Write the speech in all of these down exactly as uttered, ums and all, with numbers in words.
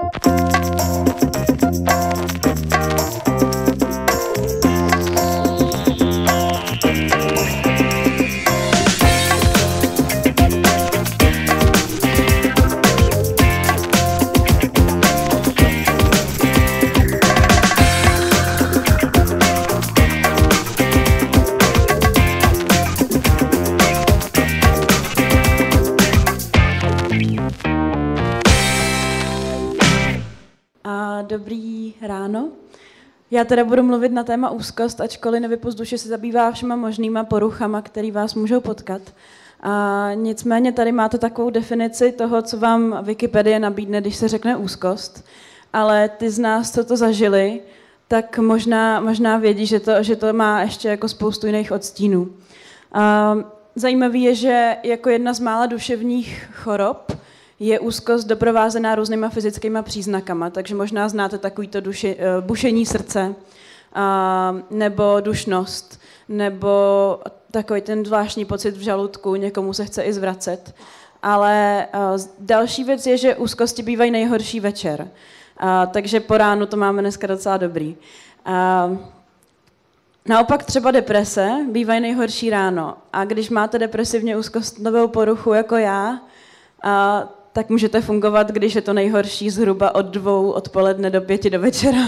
Dobrý ráno. Já teda budu mluvit na téma úzkost, ačkoliv Nevypust duši se zabývá všema možnýma poruchama, který vás můžou potkat. A nicméně tady máte takovou definici toho, co vám Wikipedie nabídne, když se řekne úzkost. Ale ty z nás, co to zažili, tak možná, možná vědí, že to, že to má ještě jako spoustu jiných odstínů. A zajímavý je, že jako jedna z mála duševních chorob je úzkost doprovázená různýma fyzickýma příznakama, takže možná znáte takovýto duši, bušení srdce, a, nebo dušnost, nebo takový ten zvláštní pocit v žaludku, někomu se chce i zvracet. Ale a, další věc je, že úzkosti bývají nejhorší večer, a, takže po ránu to máme dneska docela dobrý. A, naopak třeba deprese bývají nejhorší ráno a když máte depresivně úzkostnovou poruchu jako já, a, tak můžete fungovat, když je to nejhorší zhruba od dvou odpoledne do pěti do večera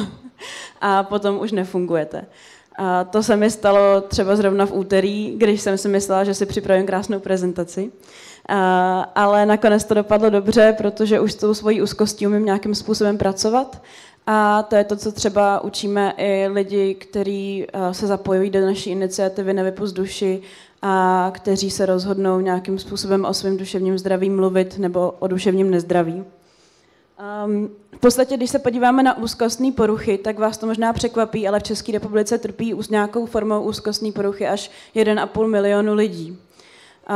a potom už nefungujete. A to se mi stalo třeba zrovna v úterý, když jsem si myslela, že si připravím krásnou prezentaci. A, ale nakonec to dopadlo dobře, protože už s tou svojí úzkostí umím nějakým způsobem pracovat. A to je to, co třeba učíme i lidi, kteří se zapojují do naší iniciativy Nevypust duši a kteří se rozhodnou nějakým způsobem o svém duševním zdraví mluvit nebo o duševním nezdraví. Um, v podstatě, když se podíváme na úzkostné poruchy, tak vás to možná překvapí, ale v České republice trpí s nějakou formou úzkostné poruchy až jeden a půl milionu lidí. Uh,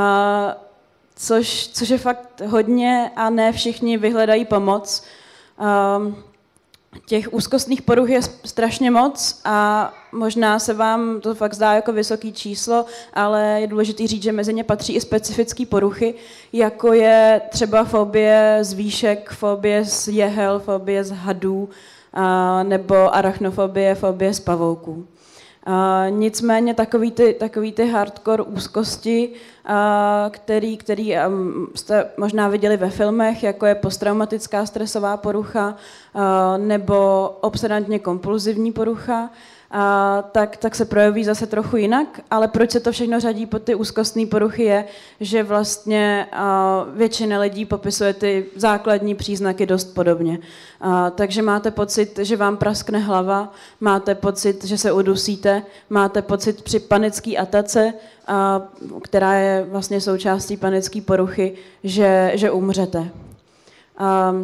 což, což je fakt hodně a ne všichni vyhledají pomoc. Um, Těch úzkostných poruch je strašně moc a možná se vám to fakt zdá jako vysoký číslo, ale je důležité říct, že mezi ně patří i specifické poruchy, jako je třeba fobie z výšek, fobie z jehel, fobie z hadů a, nebo arachnofobie, fobie z pavouků. A nicméně takový ty, takový ty hardcore úzkosti, a, který, který um, jste možná viděli ve filmech, jako je posttraumatická stresová porucha a, nebo obsedantně kompulzivní porucha, a, tak, tak se projeví zase trochu jinak, ale proč se to všechno řadí pod ty úzkostné poruchy je, že vlastně a, většina lidí popisuje ty základní příznaky dost podobně. A, takže máte pocit, že vám praskne hlava, máte pocit, že se udusíte, máte pocit při panické atace, a, která je vlastně součástí panické poruchy, že, že umřete. A,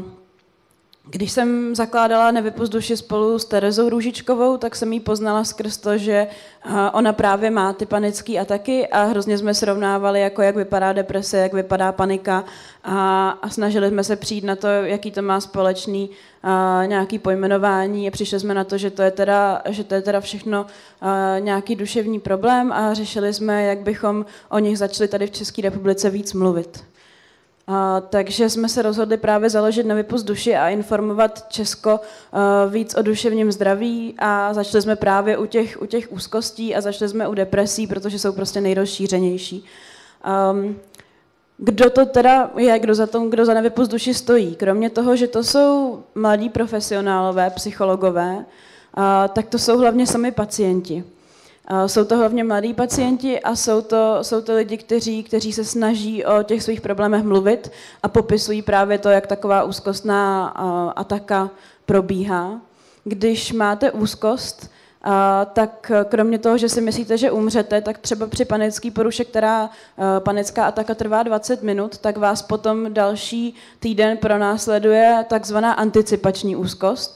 Když jsem zakládala Nevypust duši spolu s Terezou Růžičkovou, tak jsem jí poznala skrz to, že ona právě má ty panické ataky a hrozně jsme srovnávali, jako jak vypadá deprese, jak vypadá panika a, a snažili jsme se přijít na to, jaký to má společný a, nějaký pojmenování a přišli jsme na to, že to je teda, že to je teda všechno a, nějaký duševní problém a řešili jsme, jak bychom o nich začali tady v České republice víc mluvit. Uh, takže jsme se rozhodli právě založit Nevypust duši a informovat Česko uh, víc o duševním zdraví a začali jsme právě u těch, u těch úzkostí a začali jsme u depresí, protože jsou prostě nejrozšířenější. Um, kdo to teda je, kdo za, tom, kdo za Nevypust duši stojí? Kromě toho, že to jsou mladí profesionálové, psychologové, uh, tak to jsou hlavně sami pacienti. Jsou to hlavně mladí pacienti a jsou to, jsou to lidi, kteří, kteří se snaží o těch svých problémech mluvit a popisují právě to, jak taková úzkostná ataka probíhá. Když máte úzkost, tak kromě toho, že si myslíte, že umřete, tak třeba při panické poruše, která panická ataka trvá dvacet minut, tak vás potom další týden pronásleduje takzvaná anticipační úzkost,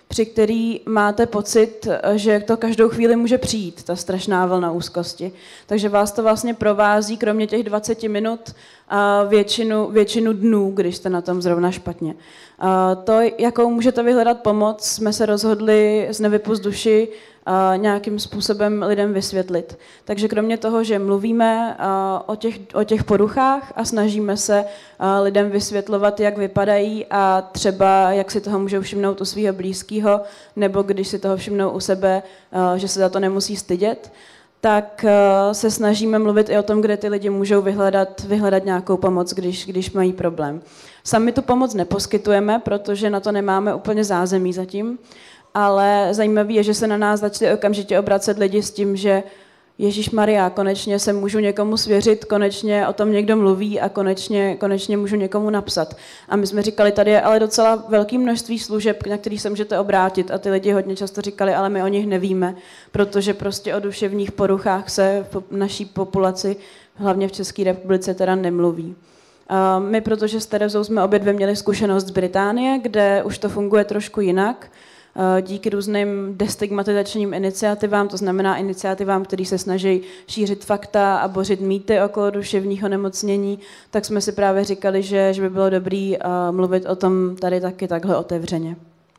při který máte pocit, že to každou chvíli může přijít, ta strašná vlna úzkosti. Takže vás to vlastně provází, kromě těch dvaceti minut, a většinu, většinu dnů, když jste na tom zrovna špatně. A to, jakou můžete vyhledat pomoc, jsme se rozhodli z Nevypust z duši a nějakým způsobem lidem vysvětlit. Takže kromě toho, že mluvíme o těch, o těch poruchách a snažíme se lidem vysvětlovat, jak vypadají a třeba jak si toho můžou všimnout u svého blízkého, nebo když si toho všimnou u sebe, že se za to nemusí stydět, tak se snažíme mluvit i o tom, kde ty lidi můžou vyhledat, vyhledat nějakou pomoc, když, když mají problém. Sami tu pomoc neposkytujeme, protože na to nemáme úplně zázemí zatím, ale zajímavé je, že se na nás začali okamžitě obracet lidi s tím, že Ježišmarja, konečně se můžu někomu svěřit, konečně o tom někdo mluví a konečně, konečně můžu někomu napsat. A my jsme říkali, tady je ale docela velké množství služeb, na který se můžete obrátit a ty lidi hodně často říkali, ale my o nich nevíme, protože prostě o duševních poruchách se v naší populaci, hlavně v České republice, teda nemluví. My, protože s Terezou jsme obě dvě měli zkušenost z Británie, kde už to funguje trošku jinak, díky různým destigmatizačním iniciativám, to znamená iniciativám, které se snaží šířit fakta a bořit mýty okolo duševního nemocnění, tak jsme si právě říkali, že, že by bylo dobré mluvit o tom tady taky takhle otevřeně.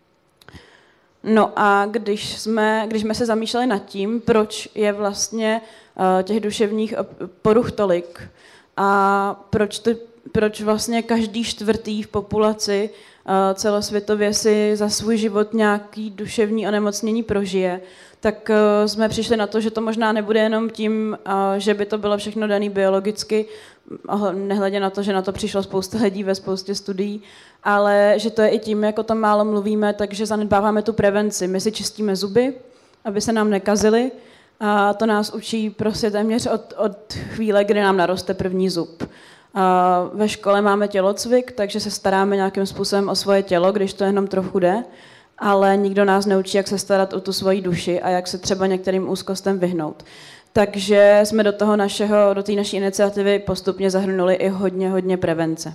No a když jsme, když jsme se zamýšleli nad tím, proč je vlastně těch duševních poruch tolik a proč, to, proč vlastně každý čtvrtý v populaci celosvětově si za svůj život nějaký duševní onemocnění prožije, tak jsme přišli na to, že to možná nebude jenom tím, že by to bylo všechno dané biologicky, nehledě na to, že na to přišlo spousta lidí ve spoustě studií, ale že to je i tím, jak o tom málo mluvíme, takže zanedbáváme tu prevenci. My si čistíme zuby, aby se nám nekazily, a to nás učí prostě téměř od, od chvíle, kdy nám naroste první zub. A ve škole máme tělocvik, takže se staráme nějakým způsobem o svoje tělo, když to jenom trochu jde, ale nikdo nás neučí, jak se starat o tu svoji duši a jak se třeba některým úzkostem vyhnout. Takže jsme do toho našeho, do té naší iniciativy postupně zahrnuli i hodně, hodně prevence.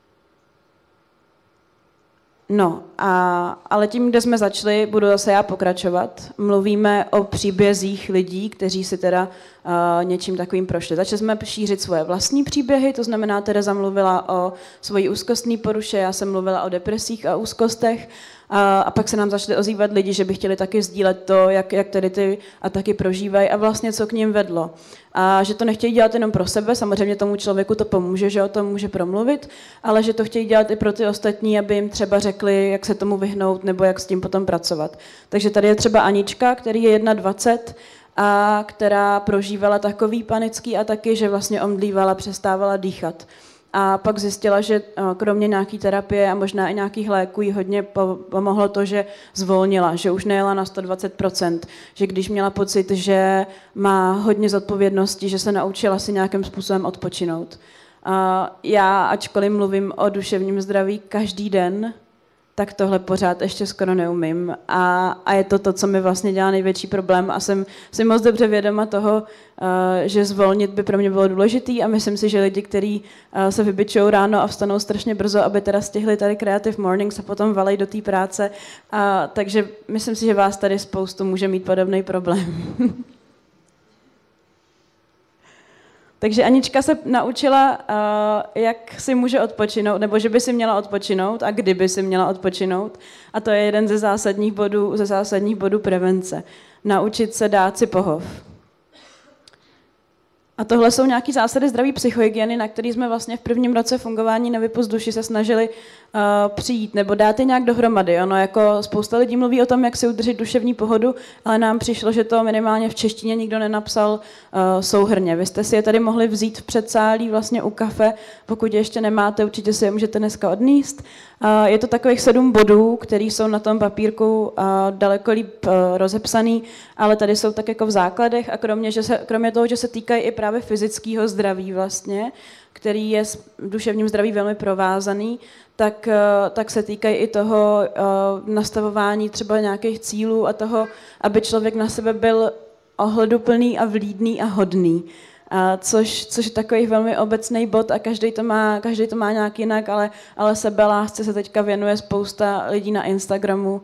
No, a, ale tím, kde jsme začali, budu zase já pokračovat. Mluvíme o příbězích lidí, kteří si teda uh, něčím takovým prošli. Začali jsme šířit svoje vlastní příběhy, to znamená, Tereza mluvila o svojí úzkostné poruše, já jsem mluvila o depresích a úzkostech. A, a pak se nám začali ozývat lidi, že by chtěli taky sdílet to, jak, jak tedy ty ataky prožívají a vlastně co k ním vedlo. A že to nechtějí dělat jenom pro sebe, samozřejmě tomu člověku to pomůže, že o tom může promluvit, ale že to chtějí dělat i pro ty ostatní, aby jim třeba řekli, jak se tomu vyhnout nebo jak s tím potom pracovat. Takže tady je třeba Anička, který je dvacet jedna a která prožívala takový panický ataky, že vlastně omdlívala, přestávala dýchat. A pak zjistila, že kromě nějaké terapie a možná i nějakých léků jí hodně pomohlo to, že zvolnila, že už nejela na sto dvacet procent, že když měla pocit, že má hodně zodpovědnosti, že se naučila si nějakým způsobem odpočinout. A já, ačkoliv mluvím o duševním zdraví každý den, tak tohle pořád ještě skoro neumím. A, a je to to, co mi vlastně dělá největší problém a jsem si moc dobře vědoma toho, uh, že zvolnit by pro mě bylo důležitý a myslím si, že lidi, kteří uh, se vybičují ráno a vstanou strašně brzo, aby teda stihli tady Creative Mornings a potom valej do té práce. Uh, takže myslím si, že vás tady spoustu může mít podobný problém. Takže Anička se naučila, uh, jak si může odpočinout, nebo že by si měla odpočinout a kdy by si měla odpočinout. A to je jeden ze zásadních bodů, ze zásadních bodů prevence. Naučit se dát si pohov. A tohle jsou nějaké zásady zdraví psychohygieny, na které jsme vlastně v prvním roce fungování Nevypust z duši se snažili uh, přijít nebo dát je nějak dohromady. Ono jako spousta lidí mluví o tom, jak si udržet duševní pohodu, ale nám přišlo, že to minimálně v češtině nikdo nenapsal uh, souhrnně. Vy jste si je tady mohli vzít v předsálí vlastně u kafe, pokud je ještě nemáte, určitě si je můžete dneska odníst. Uh, je to takových sedm bodů, které jsou na tom papírku uh, daleko líp uh, rozepsaný, ale tady jsou tak jako v základech a kromě, že se, kromě toho, že se týkají i právě fyzického zdraví vlastně, který je s duševním zdraví velmi provázaný, tak, tak se týkají i toho uh, nastavování třeba nějakých cílů a toho, aby člověk na sebe byl ohleduplný a vlídný a hodný. A což, což je takový velmi obecný bod a každý to má, každý to má nějak jinak, ale, ale sebelásce se teďka věnuje spousta lidí na Instagramu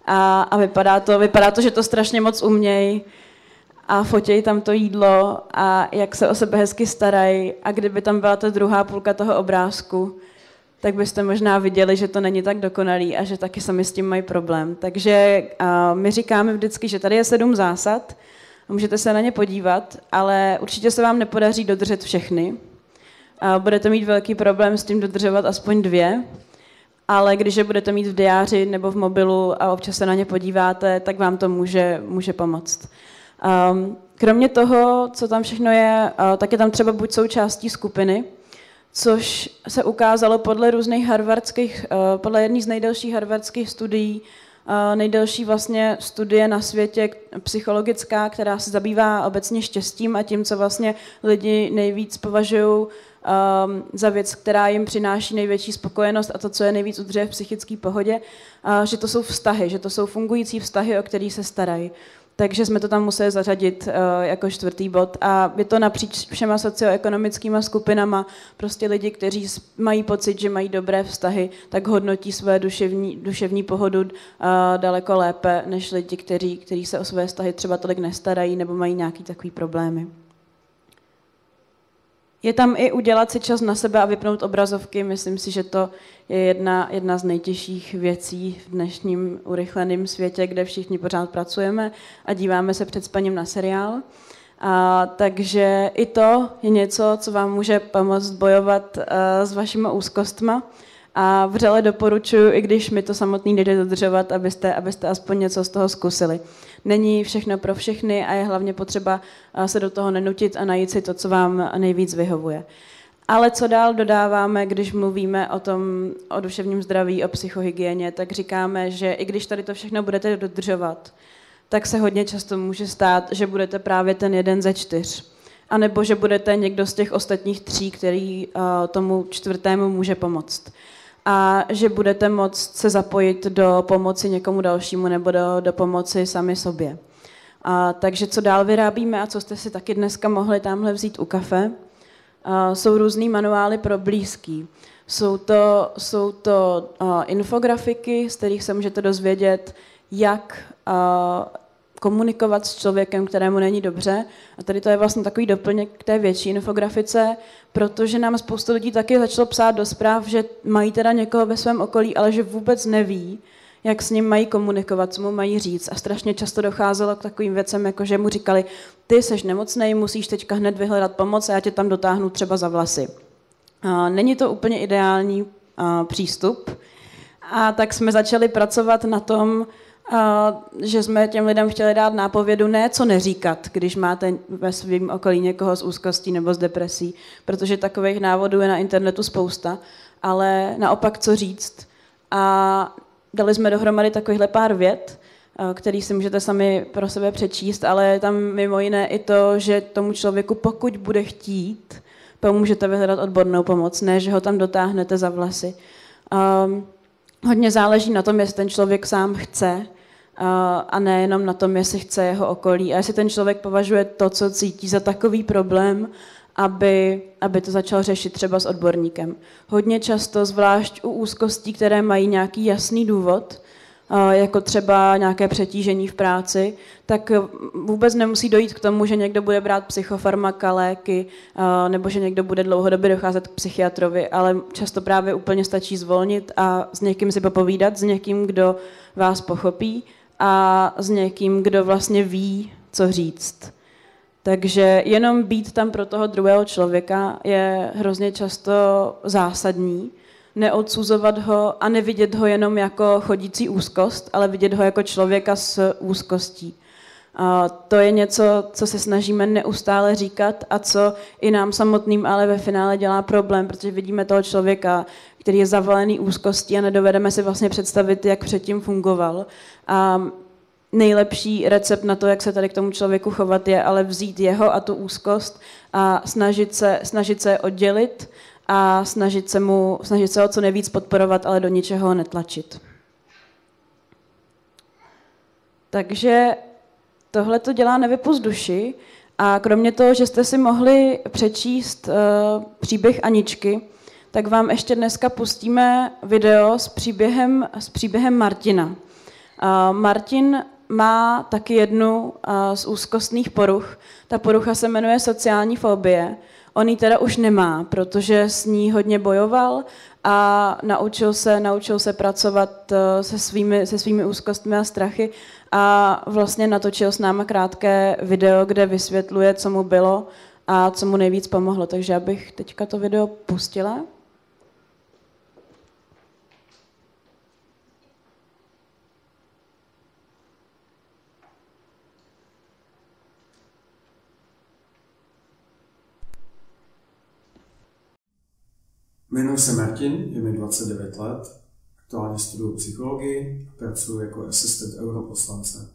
a, a vypadá, to, vypadá to, že to strašně moc umějí a fotějí tam to jídlo a jak se o sebe hezky starají a kdyby tam byla ta druhá půlka toho obrázku, tak byste možná viděli, že to není tak dokonalý a že taky sami s tím mají problém. Takže a, my říkáme vždycky, že tady je sedm zásad, můžete se na ně podívat, ale určitě se vám nepodaří dodržet všechny. A budete mít velký problém s tím dodržovat aspoň dvě, ale když je budete mít v diáři nebo v mobilu a občas se na ně podíváte, tak vám to může, může pomoct. Um, kromě toho, co tam všechno je, uh, tak je tam třeba buď součástí skupiny, což se ukázalo podle různých harvardských, uh, podle jedné z nejdelších harvardských studií, uh, nejdelší vlastně studie na světě psychologická, která se zabývá obecně štěstím a tím, co vlastně lidi nejvíc považují Um, za věc, která jim přináší největší spokojenost a to, co je nejvíc udržuje v psychické pohodě, uh, že to jsou vztahy, že to jsou fungující vztahy, o který se starají. Takže jsme to tam museli zařadit uh, jako čtvrtý bod a je to napříč všema socioekonomickýma skupinama, prostě lidi, kteří mají pocit, že mají dobré vztahy, tak hodnotí své duševní, duševní pohodu uh, daleko lépe, než lidi, kteří, kteří se o své vztahy třeba tolik nestarají nebo mají nějaký takový problémy. Je tam i udělat si čas na sebe a vypnout obrazovky. Myslím si, že to je jedna, jedna z nejtěžších věcí v dnešním urychleném světě, kde všichni pořád pracujeme a díváme se před spaním na seriál. A, takže i to je něco, co vám může pomoct bojovat uh, s vašimi úzkostma. A vřele doporučuji, i když mi to samotný nejde dodržovat, abyste, abyste aspoň něco z toho zkusili. Není všechno pro všechny a je hlavně potřeba se do toho nenutit a najít si to, co vám nejvíc vyhovuje. Ale co dál dodáváme, když mluvíme o tom, o duševním zdraví, o psychohygieně, tak říkáme, že i když tady to všechno budete dodržovat, tak se hodně často může stát, že budete právě ten jeden ze čtyř. A nebo že budete někdo z těch ostatních tří, který uh, tomu čtvrtému může pomoct. A že budete moct se zapojit do pomoci někomu dalšímu nebo do, do pomoci sami sobě. A, takže co dál vyrábíme a co jste si taky dneska mohli tamhle vzít u kafe, a, jsou různý manuály pro blízký. Jsou to, jsou to a, infografiky, z kterých se můžete dozvědět, jak a, komunikovat s člověkem, kterému není dobře. A tady to je vlastně takový doplněk k té větší infografice, protože nám spoustu lidí taky začalo psát do zpráv, že mají teda někoho ve svém okolí, ale že vůbec neví, jak s ním mají komunikovat, co mu mají říct. A strašně často docházelo k takovým věcem, jako že mu říkali, ty seš nemocnej, musíš teďka hned vyhledat pomoc a já tě tam dotáhnu třeba za vlasy. A není to úplně ideální a, přístup. A tak jsme začali pracovat na tom, a, že jsme těm lidem chtěli dát nápovědu, ne co neříkat, když máte ve svém okolí někoho s úzkostí nebo s depresí, protože takových návodů je na internetu spousta, ale naopak co říct. A dali jsme dohromady takovýhle pár vět, který si můžete sami pro sebe přečíst, ale je tam mimo jiné i to, že tomu člověku, pokud bude chtít, pomůžete vyhledat odbornou pomoc, ne, že ho tam dotáhnete za vlasy. Um, hodně záleží na tom, jestli ten člověk sám chce, a nejenom na tom, jestli chce jeho okolí. A jestli ten člověk považuje to, co cítí, za takový problém, aby, aby to začal řešit třeba s odborníkem. Hodně často, zvlášť u úzkostí, které mají nějaký jasný důvod, jako třeba nějaké přetížení v práci, tak vůbec nemusí dojít k tomu, že někdo bude brát psychofarmaka, léky, nebo že někdo bude dlouhodobě docházet k psychiatrovi, ale často právě úplně stačí zvolnit a s někým si popovídat, s někým, kdo vás pochopí a s někým, kdo vlastně ví, co říct. Takže jenom být tam pro toho druhého člověka je hrozně často zásadní. Neodsuzovat ho a nevidět ho jenom jako chodící úzkost, ale vidět ho jako člověka s úzkostí. A to je něco, co se snažíme neustále říkat a co i nám samotným ale ve finále dělá problém, protože vidíme toho člověka, který je zavalený úzkostí a nedovedeme si vlastně představit, jak předtím fungoval. A nejlepší recept na to, jak se tady k tomu člověku chovat, je ale vzít jeho a tu úzkost a snažit se, snažit se oddělit a snažit se, mu, snažit se ho co nejvíc podporovat, ale do ničeho netlačit. Takže tohle to dělá Nevypusť duši a kromě toho, že jste si mohli přečíst uh, příběh Aničky, tak vám ještě dneska pustíme video s příběhem, s příběhem Martina. Martin má taky jednu z úzkostných poruch. Ta porucha se jmenuje sociální fobie. On ji teda už nemá, protože s ní hodně bojoval a naučil se, naučil se pracovat se svými, se svými úzkostmi a strachy a vlastně natočil s náma krátké video, kde vysvětluje, co mu bylo a co mu nejvíc pomohlo. Takže já bych teďka to video pustila. Jmenuji se Martin, je mi dvacet devět let, aktuálně studuji psychologii a pracuji jako asistent europoslance.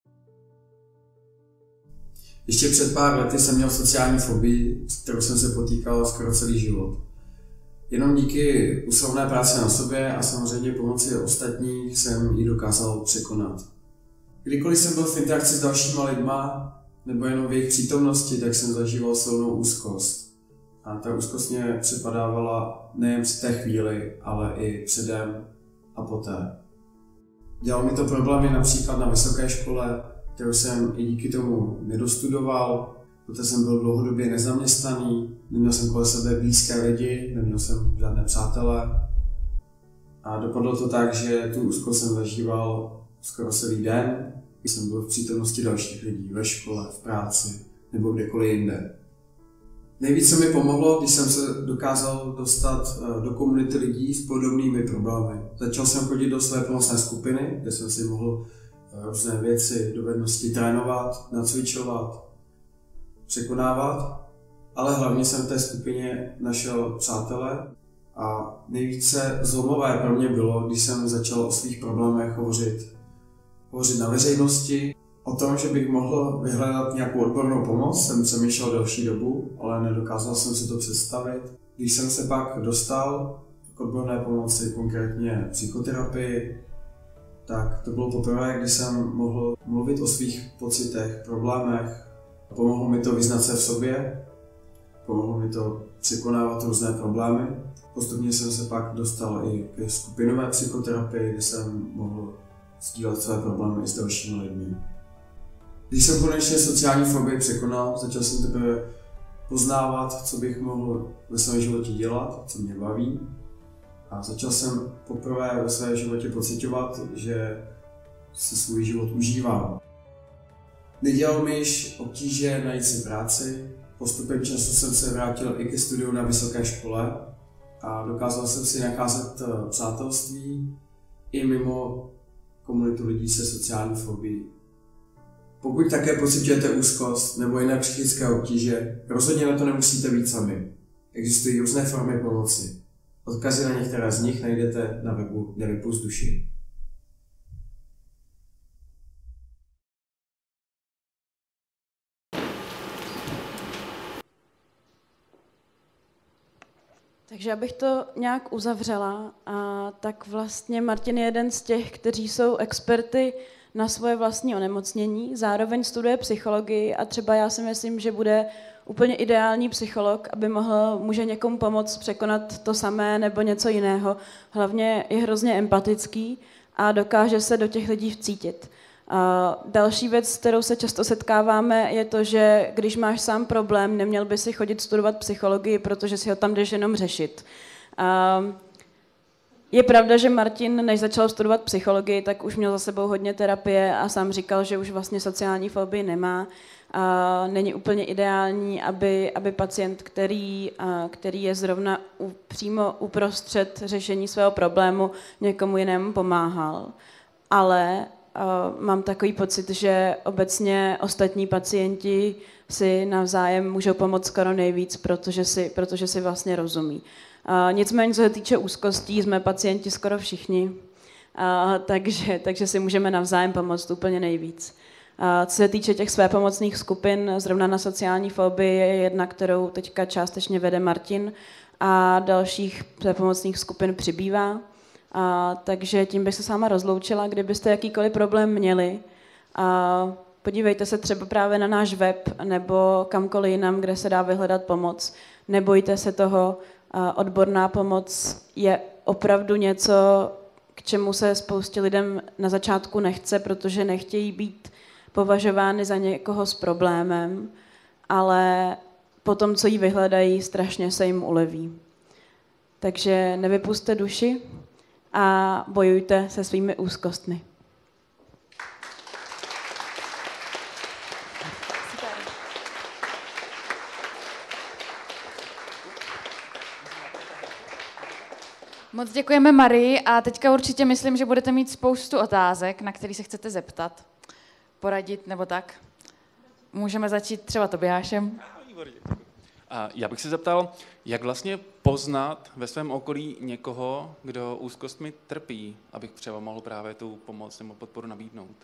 Ještě před pár lety jsem měl sociální fobii, s kterou jsem se potýkal skoro celý život. Jenom díky usilovné práci na sobě a samozřejmě pomoci ostatních jsem ji dokázal překonat. Kdykoliv jsem byl v interakci s dalšíma lidma, nebo jenom v jejich přítomnosti, tak jsem zažíval silnou úzkost. A ta úzkost mě přepadávala nejen v té chvíli, ale i předem a poté. Dělalo mi to problémy například na vysoké škole, kterou jsem i díky tomu nedostudoval, protože jsem byl dlouhodobě nezaměstnaný, neměl jsem kolem sebe blízké lidi, neměl jsem žádné přátele. A dopadlo to tak, že tu úzkost jsem zažíval skoro celý den, když jsem byl v přítomnosti dalších lidí, ve škole, v práci nebo kdekoliv jinde. Nejvíce mi pomohlo, když jsem se dokázal dostat do komunity lidí s podobnými problémy. Začal jsem chodit do své pomocné skupiny, kde jsem si mohl různé věci, dovednosti trénovat, nacvičovat, překonávat, ale hlavně jsem v té skupině našel přátele a nejvíce zlomové pro mě bylo, když jsem začal o svých problémech hovořit, hovořit na veřejnosti. O tom, že bych mohl vyhledat nějakou odbornou pomoc, jsem přemýšlel delší dobu, ale nedokázal jsem si to představit. Když jsem se pak dostal k odborné pomoci, konkrétně psychoterapii, tak to bylo poprvé, kdy jsem mohl mluvit o svých pocitech, problémech. Pomohlo mi to vyznat se v sobě, pomohlo mi to překonávat různé problémy. Postupně jsem se pak dostal i ke skupinové psychoterapii, kde jsem mohl sdílet své problémy i s dalšími lidmi. Když jsem konečně sociální fobii překonal, začal jsem teprve poznávat, co bych mohl ve svém životě dělat, co mě baví. A začal jsem poprvé ve svém životě pociťovat, že si svůj život užívám. Nedělal mi již obtíže najít si práci, postupem času jsem se vrátil i ke studiu na vysoké škole a dokázal jsem si nacházet přátelství i mimo komunitu lidí se sociální fobií. Pokud také pociťujete úzkost nebo jiné psychické obtíže, rozhodně na to nemusíte být sami. Existují různé formy pomoci. Odkazy na některé z nich najdete na webu Nevypusť duši. Takže abych to nějak uzavřela, a tak vlastně Martin je jeden z těch, kteří jsou experty na svoje vlastní onemocnění, zároveň studuje psychologii a třeba já si myslím, že bude úplně ideální psycholog, aby mohl, může někomu pomoct překonat to samé nebo něco jiného. Hlavně je hrozně empatický a dokáže se do těch lidí vcítit. A další věc, s kterou se často setkáváme, je to, že když máš sám problém, neměl by si chodit studovat psychologii, protože si ho tam jdeš jenom řešit. A je pravda, že Martin, než začal studovat psychologii, tak už měl za sebou hodně terapie a sám říkal, že už vlastně sociální fobii nemá. A není úplně ideální, aby, aby pacient, který, a, který je zrovna u, přímo uprostřed řešení svého problému, někomu jinému pomáhal. Ale a, mám takový pocit, že obecně ostatní pacienti si navzájem můžou pomoct skoro nejvíc, protože si, protože si vlastně rozumí. A, nicméně, co se týče úzkostí, jsme pacienti skoro všichni, a, takže, takže si můžeme navzájem pomoct úplně nejvíc. A co se týče těch svépomocných skupin, zrovna na sociální fobii je jedna, kterou teďka částečně vede Martin a dalších svépomocných skupin přibývá. A, takže tím bych se s váma rozloučila, kdybyste jakýkoliv problém měli. A podívejte se třeba právě na náš web nebo kamkoliv jinam, kde se dá vyhledat pomoc. Nebojte se toho, a odborná pomoc je opravdu něco, k k čemu se spoustě lidem na začátku nechce, protože nechtějí být považovány za někoho s problémem, ale potom, co jí vyhledají, strašně se jim uleví. Takže nevypusťte duši a bojujte se svými úzkostmi. Moc děkujeme Marii a teďka určitě myslím, že budete mít spoustu otázek, na které se chcete zeptat, poradit nebo tak. Můžeme začít třeba Tobiášem. Já bych se zeptal, jak vlastně poznat ve svém okolí někoho, kdo úzkostmi trpí, abych třeba mohl právě tu pomoc nebo podporu nabídnout?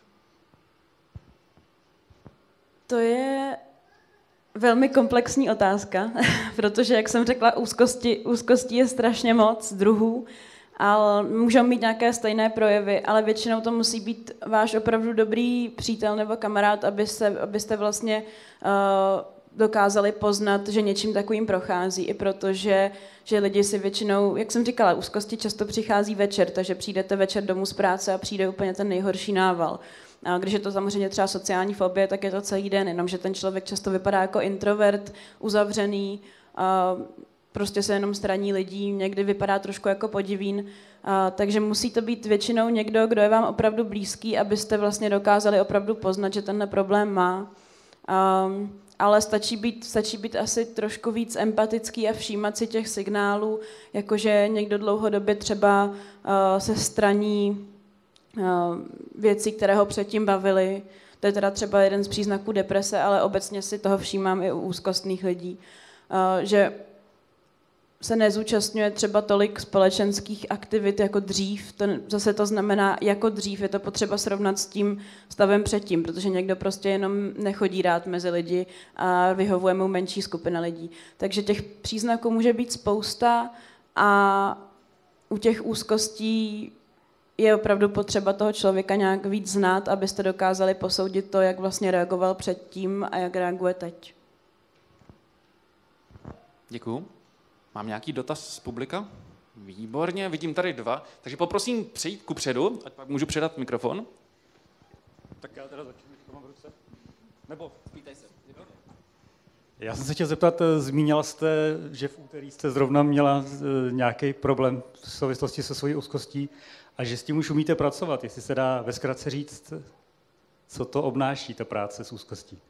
To je velmi komplexní otázka, protože, jak jsem řekla, úzkosti, úzkostí je strašně moc druhů, ale můžou mít nějaké stejné projevy, ale většinou to musí být váš opravdu dobrý přítel nebo kamarád, aby se, abyste vlastně uh, dokázali poznat, že něčím takovým prochází, i protože že lidi si většinou, jak jsem říkala, úzkosti často přichází večer, takže přijdete večer domů z práce a přijde úplně ten nejhorší nával. A když je to samozřejmě třeba sociální fobie, tak je to celý den, jenomže ten člověk často vypadá jako introvert, uzavřený, a prostě se jenom straní lidí, někdy vypadá trošku jako podivín, a takže musí to být většinou někdo, kdo je vám opravdu blízký, abyste vlastně dokázali opravdu poznat, že tenhle problém má. A, ale stačí být, stačí být asi trošku víc empatický a všímat si těch signálů, jakože někdo dlouhodobě třeba uh, se straní uh, věcí, které ho předtím bavily. To je teda třeba jeden z příznaků deprese, ale obecně si toho všímám i u úzkostných lidí. Uh, že se nezúčastňuje třeba tolik společenských aktivit jako dřív. To, zase to znamená jako dřív, je to potřeba srovnat s tím stavem předtím, protože někdo prostě jenom nechodí rád mezi lidi a vyhovuje mu menší skupina lidí. Takže těch příznaků může být spousta a u těch úzkostí je opravdu potřeba toho člověka nějak víc znát, abyste dokázali posoudit to, jak vlastně reagoval předtím a jak reaguje teď. Děkuju. Mám nějaký dotaz z publika? Výborně, vidím tady dva. Takže poprosím přejít kupředu, ať pak můžu předat mikrofon. Tak já teda začnu, když to mám v ruce. Nebo pýtaj se. Já jsem se chtěl zeptat, zmínila jste, že v úterý jste zrovna měla nějaký problém v souvislosti se svojí úzkostí a že s tím už umíte pracovat. Jestli se dá ve zkratce říct, co to obnáší, ta práce s úzkostí.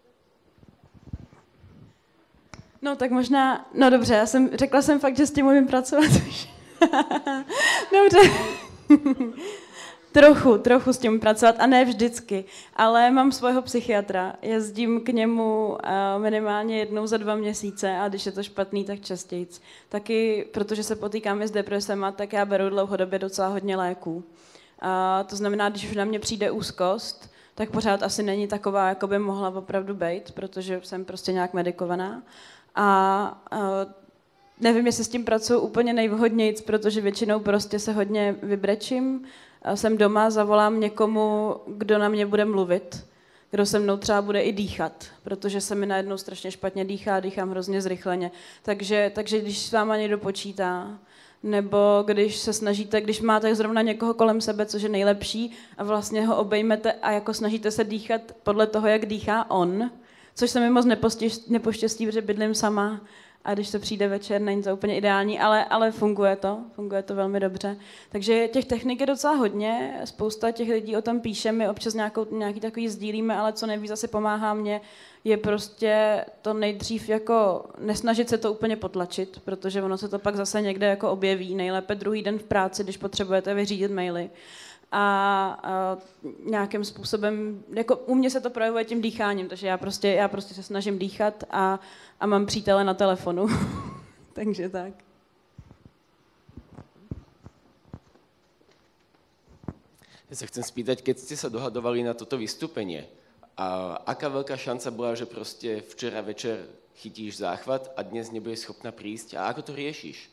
No tak možná, no dobře, já jsem, řekla jsem fakt, že s tím umím pracovat. Dobře. trochu, trochu s tím pracovat a ne vždycky, ale mám svého psychiatra, jezdím k němu minimálně jednou za dva měsíce a když je to špatný, tak častějc. Taky, protože se potýkám s depresema, tak já beru dlouhodobě docela hodně léků. A to znamená, když už na mě přijde úzkost, tak pořád asi není taková, jako by mohla opravdu být, protože jsem prostě nějak medikovaná. A, a nevím, jestli s tím pracuji úplně nejvhodnějc, protože většinou prostě se hodně vybrečím. Jsem doma, zavolám někomu, kdo na mě bude mluvit, kdo se mnou třeba bude i dýchat, protože se mi najednou strašně špatně dýchá, dýchám hrozně zrychleně. Takže, takže když s váma někdo počítá, nebo když se snažíte, když máte zrovna někoho kolem sebe, což je nejlepší, a vlastně ho obejmete a jako snažíte se dýchat podle toho, jak dýchá on, což se mi moc nepoštěstí, protože bydlím sama a když to přijde večer, není to úplně ideální, ale, ale funguje to, funguje to velmi dobře. Takže těch technik je docela hodně, spousta těch lidí o tom píše, my občas nějakou, nějaký takový sdílíme, ale co nejvíc asi pomáhá mně, je prostě to nejdřív jako nesnažit se to úplně potlačit, protože ono se to pak zase někde jako objeví, nejlépe druhý den v práci, když potřebujete vyřídit maily. A, a nějakým způsobem, jako u mě se to projevuje tím dýcháním, takže já prostě, já prostě se snažím dýchat a, a mám přítele na telefonu. Takže tak. Ja sa chcem spýtať, keď ste sa dohadovali na toto vystúpenie, a aká veľká šanca bola, že proste včera večer chytíš záchvat a dnes nebudeš schopná prísť a ako to riešiš?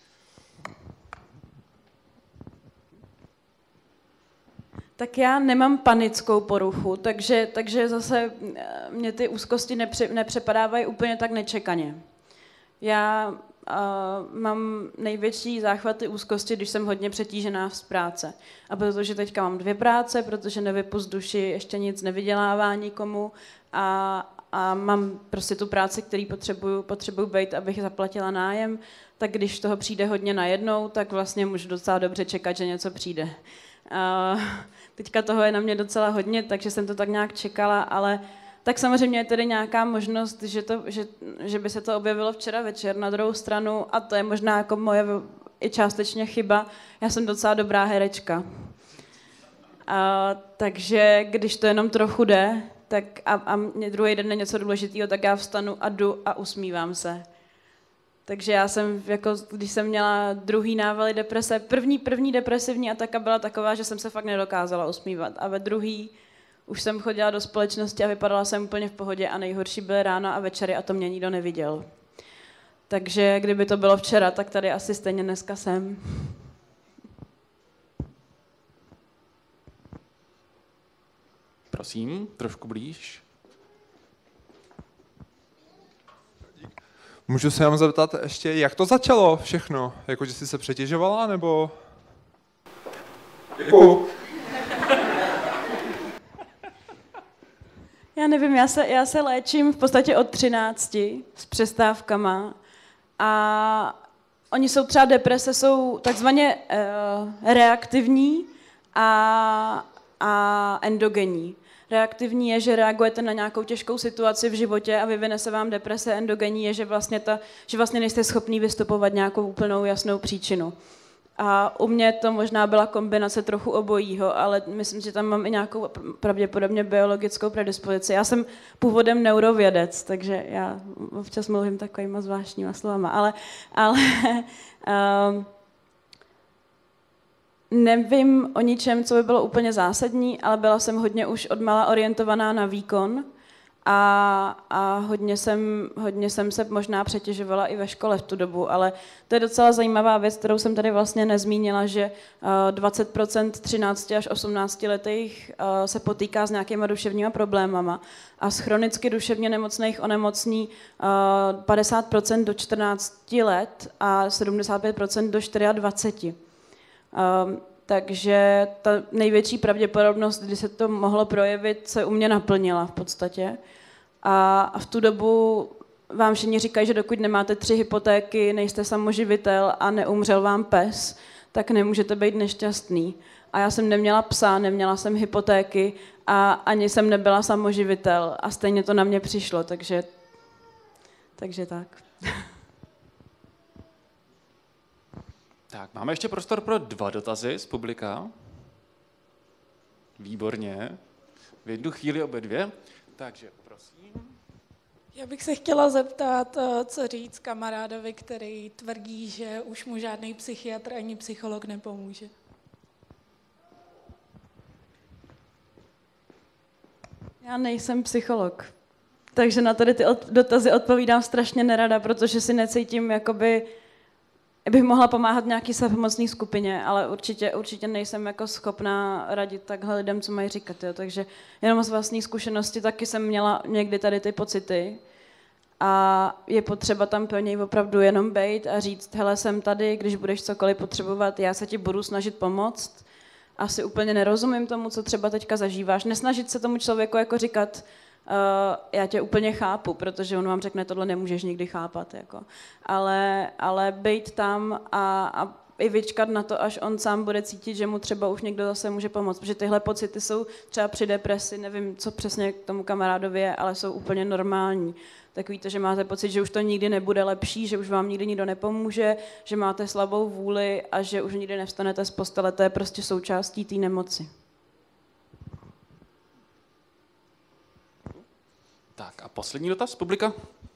Tak já nemám panickou poruchu, takže, takže zase mě ty úzkosti nepře, nepřepadávají úplně tak nečekaně. Já mám největší záchvaty úzkosti, když jsem hodně přetížená z práce. A protože teďka mám dvě práce, protože nevypu z duši ještě nic nevydělává nikomu a, a mám prostě tu práci, který potřebuju, potřebuju být, abych zaplatila nájem, tak když toho přijde hodně najednou, tak vlastně můžu docela dobře čekat, že něco přijde. A teďka toho je na mě docela hodně, takže jsem to tak nějak čekala, ale tak samozřejmě je tedy nějaká možnost, že, to, že, že by se to objevilo včera večer na druhou stranu a to je možná jako moje i částečně chyba. Já jsem docela dobrá herečka. A, takže když to jenom trochu jde, tak a, a mě druhý den je něco důležitého, tak já vstanu a jdu a usmívám se. Takže já jsem, jako, když jsem měla druhý návaly deprese, první, první depresivní ataka byla taková, že jsem se fakt nedokázala usmívat. A ve druhý už jsem chodila do společnosti a vypadala jsem úplně v pohodě a nejhorší byly ráno a večery a to mě nikdo neviděl. Takže kdyby to bylo včera, tak tady asi stejně dneska jsem. Prosím, trošku blíž. Můžu se vám zeptat ještě, jak to začalo všechno? Jako, že jsi se přetěžovala, nebo... Děkuju. Já nevím, já se, já se léčím v podstatě od třinácti s přestávkama a oni jsou třeba deprese, jsou takzvaně uh, reaktivní a, a endogenní. Reaktivní je, že reagujete na nějakou těžkou situaci v životě a vyvine se vám deprese. Endogenní je, že vlastně, ta, že vlastně nejste schopný vystupovat nějakou úplnou jasnou příčinu. A u mě to možná byla kombinace trochu obojího, ale myslím, že tam mám i nějakou pravděpodobně biologickou predispozici. Já jsem původem neurovědec, takže já občas mluvím takovýma zvláštníma slovama, ale, ale um, nevím o ničem, co by bylo úplně zásadní, ale byla jsem hodně už odmala orientovaná na výkon a, a hodně, jsem, hodně jsem se možná přetěžovala i ve škole v tu dobu, ale to je docela zajímavá věc, kterou jsem tady vlastně nezmínila, že dvacet procent třinácti až osmnácti letých se potýká s nějakýma duševníma problémama a z chronicky duševně nemocných onemocní padesát procent do čtrnácti let a sedmdesát pět procent do dvaceti čtyři. Um, takže ta největší pravděpodobnost, kdy se to mohlo projevit, se u mě naplnila v podstatě. A, a v tu dobu vám všichni říkají, že dokud nemáte tři hypotéky, nejste samoživitel a neumřel vám pes, tak nemůžete být nešťastný. A já jsem neměla psa, neměla jsem hypotéky a ani jsem nebyla samoživitel a stejně to na mě přišlo, takže, takže tak. Tak, máme ještě prostor pro dva dotazy z publika. Výborně. V jednu chvíli obě dvě. Takže prosím. Já bych se chtěla zeptat, co říct kamarádovi, který tvrdí, že už mu žádný psychiatr ani psycholog nepomůže. Já nejsem psycholog, takže na tady ty dotazy odpovídám strašně nerada, protože si necítím, jakoby bych mohla pomáhat nějaký svapomocný skupině, ale určitě, určitě nejsem jako schopná radit takhle lidem, co mají říkat. Jo. Takže jenom z vlastní zkušenosti taky jsem měla někdy tady ty pocity a je potřeba tam pro něj opravdu jenom bejt a říct, hele, jsem tady, když budeš cokoliv potřebovat, já se ti budu snažit pomoct. Asi úplně nerozumím tomu, co třeba teďka zažíváš. Nesnažit se tomu člověku jako říkat, Uh, já tě úplně chápu, protože on vám řekne, tohle nemůžeš nikdy chápat. Jako. Ale, ale bejt tam a, a i vyčkat na to, až on sám bude cítit, že mu třeba už někdo zase může pomoct. Protože tyhle pocity jsou třeba při depresi, nevím, co přesně k tomu kamarádovi je, ale jsou úplně normální. Takový to, že máte pocit, že už to nikdy nebude lepší, že už vám nikdy nikdo nepomůže, že máte slabou vůli a že už nikdy nevstanete z postele. To je prostě součástí té nemoci. Tak a poslední dotaz z publika.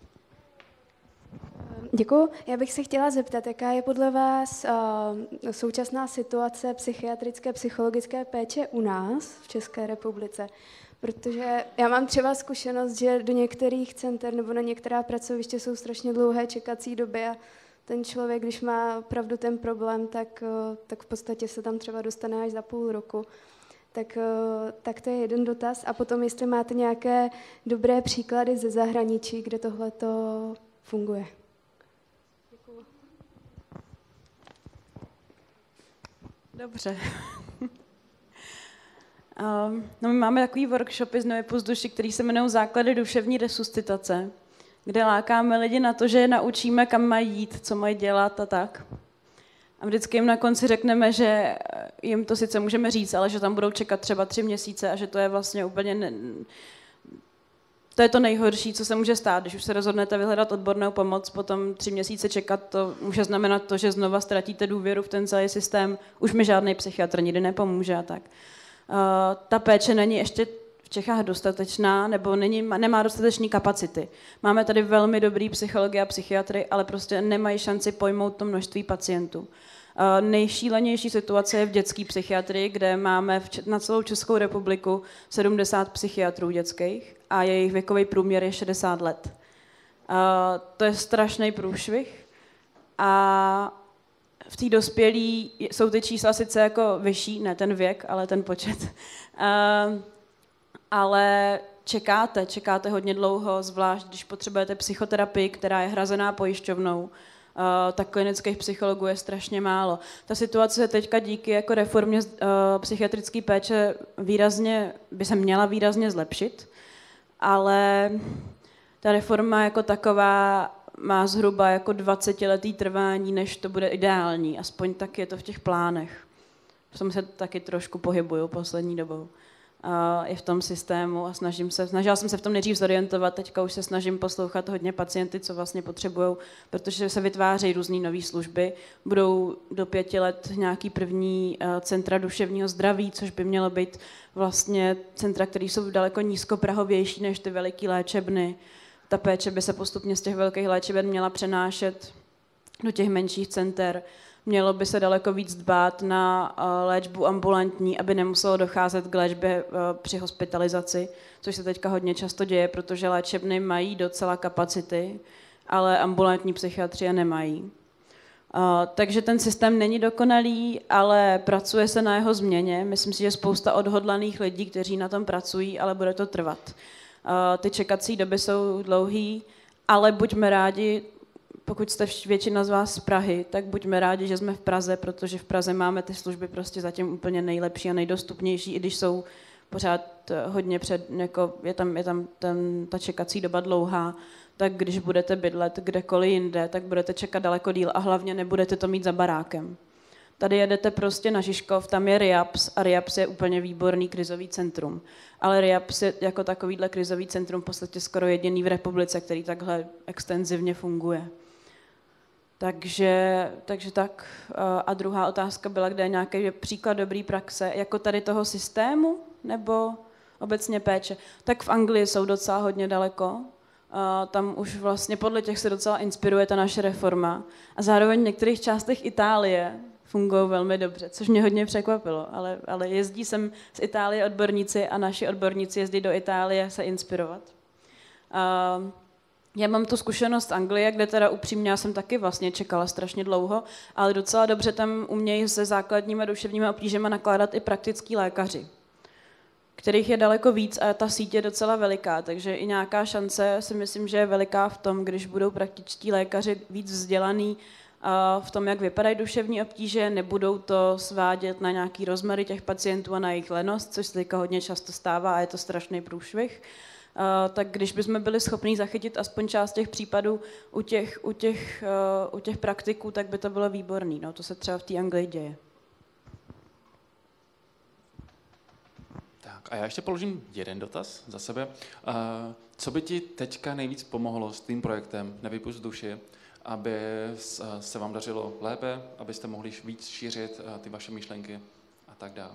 Děkuji. Já bych se chtěla zeptat, jaká je podle vás uh, současná situace psychiatrické, psychologické péče u nás v České republice? Protože já mám třeba zkušenost, že do některých center nebo na některá pracoviště jsou strašně dlouhé čekací doby a ten člověk, když má opravdu ten problém, tak, uh, tak v podstatě se tam třeba dostane až za půl roku. Tak, tak to je jeden dotaz. A potom, jestli máte nějaké dobré příklady ze zahraničí, kde tohle to funguje. Děkuju. Dobře. um, no my máme takový workshopy z Nevypuzduši, který se jmenují Základy duševní resuscitace, kde lákáme lidi na to, že je naučíme, kam mají jít, co mají dělat a tak. A vždycky jim na konci řekneme, že jim to sice můžeme říct, ale že tam budou čekat třeba tři měsíce a že to je vlastně úplně... Ne... To je to nejhorší, co se může stát. Když už se rozhodnete vyhledat odbornou pomoc, potom tři měsíce čekat, to může znamenat to, že znova ztratíte důvěru v ten celý systém. Už mi žádný psychiatr nikdy nepomůže a tak. Uh, ta péče není ještě v Čechách dostatečná, nebo není, nemá dostatečné kapacity. Máme tady velmi dobrý psychologi a psychiatry, ale prostě nemají šanci pojmout to množství pacientů. Uh, nejšílenější situace je v dětské psychiatrii, kde máme v, na celou Českou republiku sedmdesát psychiatrů dětských a jejich věkový průměr je šedesát let. Uh, to je strašný průšvih a v té dospělí jsou ty čísla sice jako vyšší, ne ten věk, ale ten počet. Uh, ale čekáte, čekáte hodně dlouho, zvlášť když potřebujete psychoterapii, která je hrazená pojišťovnou, uh, tak klinických psychologů je strašně málo. Ta situace se teďka díky jako reformě uh, psychiatrické péče výrazně, by se měla výrazně zlepšit, ale ta reforma jako taková má zhruba jako dvacetiletý trvání, než to bude ideální, aspoň tak je to v těch plánech. V tom se taky trošku pohybuju poslední dobou. Uh, i v tom systému a snažím se, snažila jsem se v tom nejdřív zorientovat, teďka už se snažím poslouchat hodně pacienty, co vlastně potřebují, protože se vytvářejí různé nové služby. Budou do pěti let nějaký první uh, centra duševního zdraví, což by mělo být vlastně centra, které jsou daleko nízkoprahovější než ty veliké léčebny. Ta péče by se postupně z těch velkých léčeben měla přenášet do těch menších center. Mělo by se daleko víc dbát na léčbu ambulantní, aby nemuselo docházet k léčbě při hospitalizaci, což se teďka hodně často děje, protože léčebny mají docela kapacity, ale ambulantní psychiatrie nemají. Takže ten systém není dokonalý, ale pracuje se na jeho změně. Myslím si, že spousta odhodlaných lidí, kteří na tom pracují, ale bude to trvat. Ty čekací doby jsou dlouhý, ale buďme rádi, pokud jste většina z vás z Prahy, tak buďme rádi, že jsme v Praze, protože v Praze máme ty služby prostě zatím úplně nejlepší a nejdostupnější, i když jsou pořád hodně před, jako je tam, je tam ten, ta čekací doba dlouhá, tak když budete bydlet kdekoliv jinde, tak budete čekat daleko díl a hlavně nebudete to mít za barákem. Tady jedete prostě na Žižkov, tam je RIAPS a RIAPS je úplně výborný krizový centrum. Ale RIAPS je jako takovýhle krizový centrum v podstatě skoro jediný v republice, který takhle extenzivně funguje. Takže, takže tak. A druhá otázka byla, kde je nějaký příklad dobrý praxe, jako tady toho systému, nebo obecně péče. Tak v Anglii jsou docela hodně daleko. Tam už vlastně podle těch se docela inspiruje ta naše reforma. A zároveň v některých částech Itálie fungují velmi dobře, což mě hodně překvapilo. Ale, ale jezdí sem z Itálie odborníci a naši odborníci jezdí do Itálie se inspirovat. Uh, Já mám tu zkušenost z Anglie, kde teda upřímně já jsem taky vlastně čekala strašně dlouho, ale docela dobře tam umějí se základními duševními obtížemi nakládat i praktický lékaři, kterých je daleko víc a ta síť je docela veliká, takže i nějaká šance si myslím, že je veliká v tom, když budou praktičtí lékaři víc vzdělaný v tom, jak vypadají duševní obtíže, nebudou to svádět na nějaký rozmery těch pacientů a na jejich lenost, což se teďka hodně často stává a je to strašný průšvih. Uh, tak když bychom byli schopni zachytit aspoň část těch případů u těch, u těch, uh, u těch praktiků, tak by to bylo výborný. No, to se třeba v té Anglii děje. Tak a já ještě položím jeden dotaz za sebe. Uh, co by ti teďka nejvíc pomohlo s tím projektem Nevypusť duši, aby se vám dařilo lépe, abyste mohli víc šířit uh, ty vaše myšlenky a tak dále?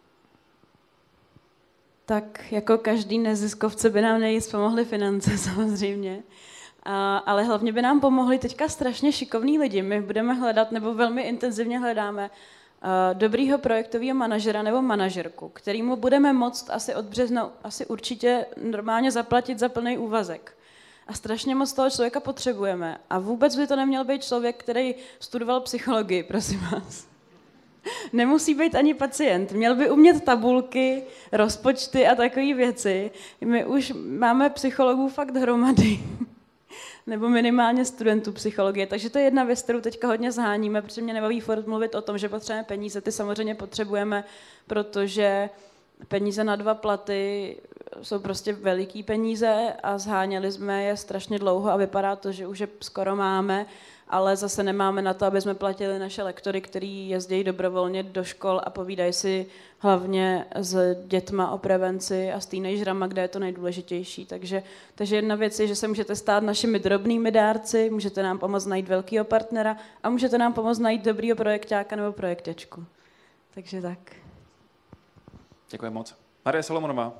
Tak jako každý neziskovce by nám nejvíc pomohly finance samozřejmě, a, ale hlavně by nám pomohli teďka strašně šikovní lidi. My budeme hledat, nebo velmi intenzivně hledáme uh, dobrýho projektového manažera nebo manažerku, kterýmu budeme moct asi od března, asi určitě normálně zaplatit za plný úvazek. A strašně moc toho člověka potřebujeme. A vůbec by to neměl být člověk, který studoval psychologii, prosím vás. Nemusí být ani pacient. Měl by umět tabulky, rozpočty a takové věci. My už máme psychologů fakt hromady. nebo minimálně studentů psychologie. Takže to je jedna věc, kterou teďka hodně zháníme, protože mě nebaví furt mluvit o tom, že potřebujeme peníze. Ty samozřejmě potřebujeme, protože peníze na dva platy jsou prostě veliký peníze a zháněli jsme je strašně dlouho a vypadá to, že už je skoro máme, ale zase nemáme na to, aby jsme platili naše lektory, kteří jezdí dobrovolně do škol a povídají si hlavně s dětma o prevenci a s teenagerama, kde je to nejdůležitější. Takže, takže jedna věc je, že se můžete stát našimi drobnými dárci, můžete nám pomoct najít velkýho partnera a můžete nám pomoct najít dobrýho projekťáka nebo projekťačku. Takže tak. Děkuji moc. Marie Solomonová.